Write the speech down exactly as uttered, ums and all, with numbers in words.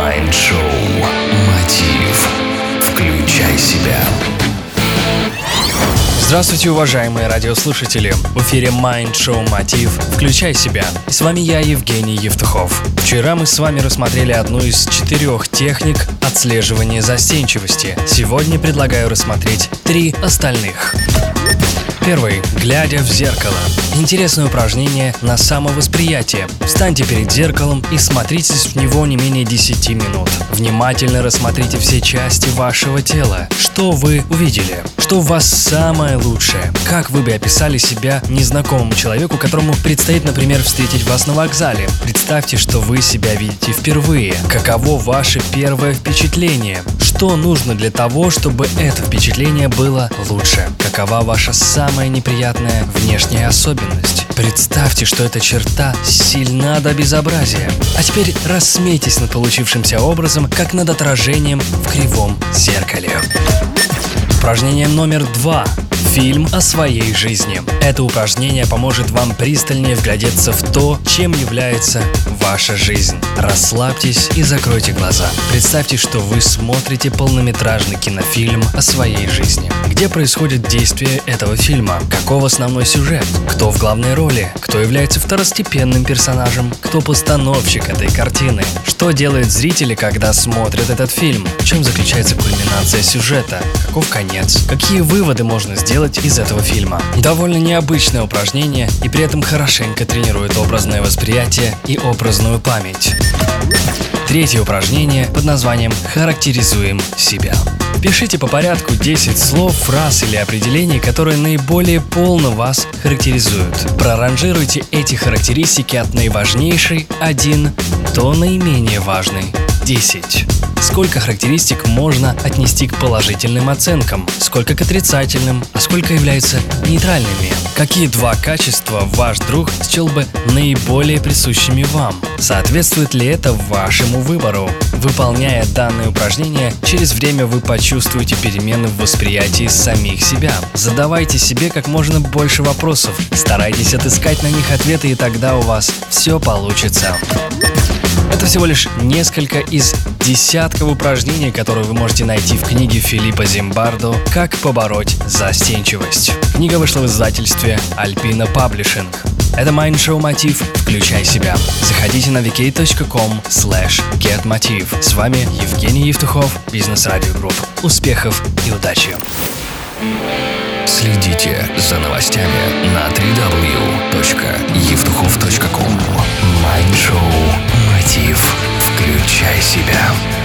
Майнд-шоу «Мотив». Включай себя. Здравствуйте, уважаемые радиослушатели! В эфире Майнд-шоу «Мотив. Включай себя». И с вами я, Евгений Евтухов. Вчера мы с вами рассмотрели одну из четырех техник отслеживания застенчивости. Сегодня предлагаю рассмотреть три остальных. Первый. Глядя в зеркало. Интересное упражнение на самовосприятие. Встаньте перед зеркалом и смотритесь в него не менее десяти минут. Внимательно рассмотрите все части вашего тела. Что вы увидели? Что у вас самое лучшее? Как вы бы описали себя незнакомому человеку, которому предстоит, например, встретить вас на вокзале? Представьте, что вы себя видите впервые. Каково ваше первое впечатление? Что нужно для того, чтобы это впечатление было лучше? Какова ваша самая неприятная внешняя особенность? Представьте, что эта черта сильна до безобразия. А теперь рассмейтесь над получившимся образом, как над отражением в кривом зеркале. Упражнение номер два. Фильм о своей жизни. Это упражнение поможет вам пристальнее вглядеться в то, чем является ваша жизнь. Расслабьтесь и закройте глаза. Представьте, что вы смотрите полнометражный кинофильм о своей жизни. Где происходит действие этого фильма? Каков основной сюжет? Кто в главной роли? Кто является второстепенным персонажем? Кто постановщик этой картины? Что делают зрители, когда смотрят этот фильм? В чем заключается кульминация сюжета? Каков конец? Какие выводы можно сделать из этого фильма? Довольно необычное упражнение и при этом хорошенько тренирует образное восприятие и образную память. Третье упражнение под названием «Характеризуем себя». Пишите по порядку десять слов, фраз или определений, которые наиболее полно вас характеризуют. Проранжируйте эти характеристики от наиважнейшей – один до наименее важной – десять. Сколько характеристик можно отнести к положительным оценкам, сколько к отрицательным, а сколько являются нейтральными? Какие два качества ваш друг счел бы наиболее присущими вам? Соответствует ли это вашему выбору? Выполняя данное упражнение, через время вы почувствуете перемены в восприятии самих себя. Задавайте себе как можно больше вопросов, старайтесь отыскать на них ответы, и тогда у вас все получится. Это всего лишь несколько из десятков упражнений, которые вы можете найти в книге Филиппа Зимбардо «Как побороть застенчивость». Книга вышла в издательстве Alpina Publishing. Это Майнд-шоу «Мотив. Включай себя». Заходите на ви кей точка ком слэш гет мотив. С вами Евгений Евтухов, Бизнес Радио Групп. Успехов и удачи! Следите за новостями на дабл ю дабл ю дабл ю точка евтухов точка ком. Майнд-шоу «Мотив. Включай себя».